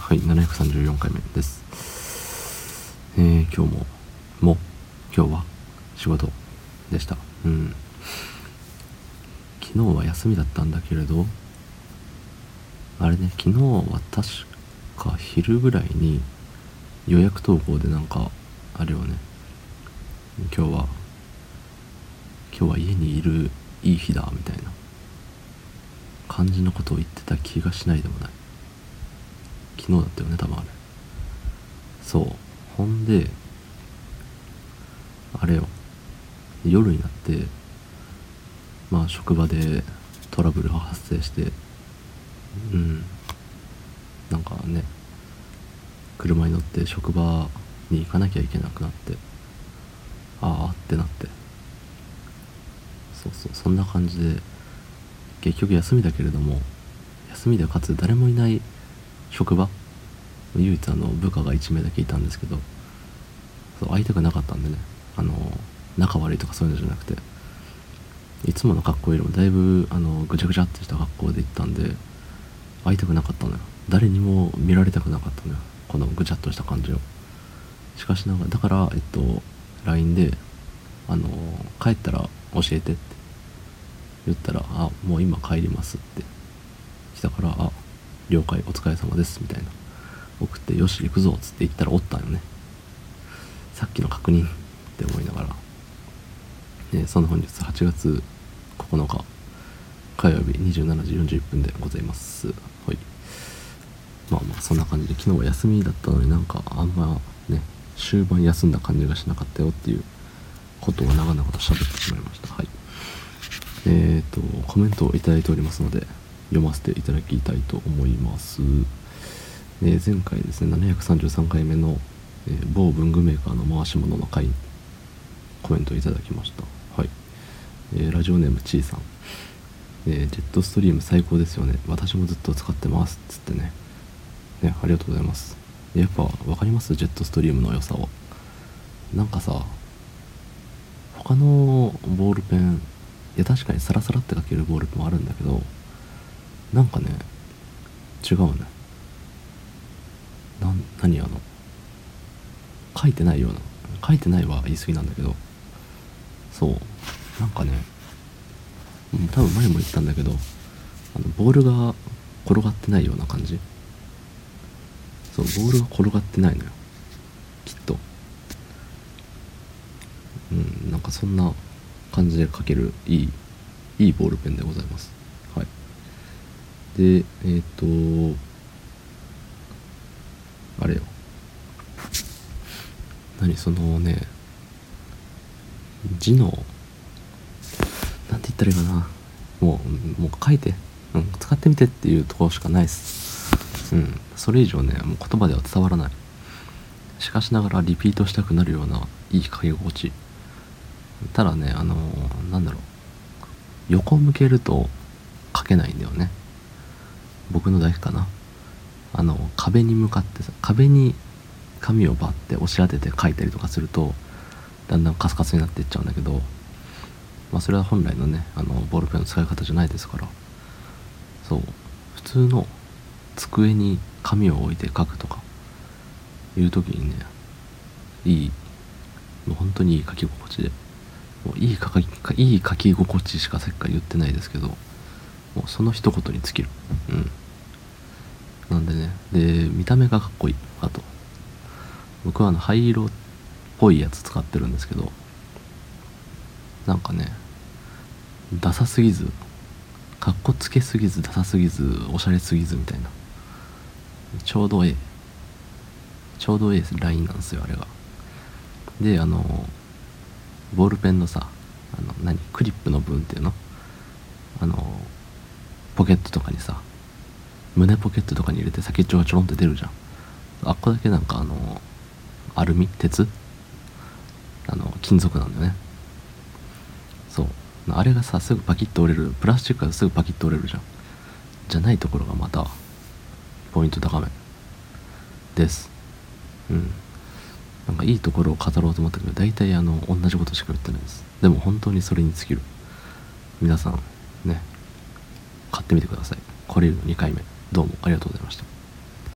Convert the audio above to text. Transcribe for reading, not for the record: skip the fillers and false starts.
はい、734回目です。今日今日は仕事でした。昨日は休みだったんだけれど、あれね、昨日は確か昼ぐらいに予約投稿であれをね、今日は家にいるいい日だみたいな感じのことを言ってた気がしないでもない。昨日だったよね、多分あれ。そう。ほんで、あれよ、夜になって、職場でトラブルが発生して、車に乗って職場に行かなきゃいけなくなって、ってなって、そんな感じで、結局休みだけれども、休みでかつ誰もいない職場、唯一部下が1名だけいたんですけど、会いたくなかったんでね、仲悪いとかそういうのじゃなくて、いつもの格好よりもだいぶぐちゃぐちゃってした格好で行ったんで、会いたくなかったのよ。誰にも見られたくなかったのよ、このぐちゃっとした感じを。しかしながらだから LINE で帰ったら教えてって言ったら、もう今帰りますって来たから、了解、お疲れ様ですみたいな送って、よし行くぞっつって行ったらおったんよね。さっきの確認って思いながら、その本日8月9日火曜日27時41分でございます。はい。そんな感じで、昨日は休みだったのにあんまね、終盤休んだ感じがしなかったよっていうことを長々と喋ってしまいました。はい。コメントをいただいておりますので読ませていただきたいと思います。前回ですね、733回目の、某文具メーカーの回し物の回、コメントをいただきました。はい。ラジオネームちーさん、ジェットストリーム最高ですよね、私もずっと使ってますっつってね、ありがとうございます。やっぱ分かります？ジェットストリームの良さを。他のボールペン、確かにサラサラって書けるボールペンもあるんだけど、違うね。書いてないような、書いてないは言い過ぎなんだけど、多分前も言ったんだけど、ボールが転がってないような感じ。ボールが転がってないのよ、きっと。そんな感じで書けるいいボールペンでございます。はい。で、あれよ、字のなんて言ったらいいかな、もう書いて、使ってみてっていうところしかないっす。それ以上ね、もう言葉では伝わらない。しかしながらリピートしたくなるようないい書き心地。ただね、横向けると書けないんだよね、僕のだけかな。壁に向かってさ、壁に紙をバッて押し当てて書いたりとかすると、だんだんカスカスになっていっちゃうんだけど、それは本来のね、ボールペンの使い方じゃないですから。普通の机に紙を置いて書くとかいう時にね、もう本当にいい書き心地で、もういい書き心地しかさっきから言ってないですけど、もうその一言に尽きる。なんでね、見た目がかっこいい。あと僕は灰色っぽいやつ使ってるんですけど、ダサすぎず、かっこつけすぎず、ダサすぎず、おしゃれすぎずみたいな、ちょうどええラインなんですよ、あれが。で、ボールペンのさ、クリップの部分っていうの、ポケットとかにさ、胸ポケットとかに入れて先っちょがちょろんって出るじゃん。あっこだけアルミ、鉄、金属なんだよね。あれがさ、すぐパキッと折れる。プラスチックがすぐパキッと折れるじゃん。じゃないところがまたポイント高めです。いいところを語ろうと思ったけど、大体同じことしか言ってないです。でも本当にそれに尽きる。皆さんね、買ってみてください。これの2回目、どうもありがとうございました。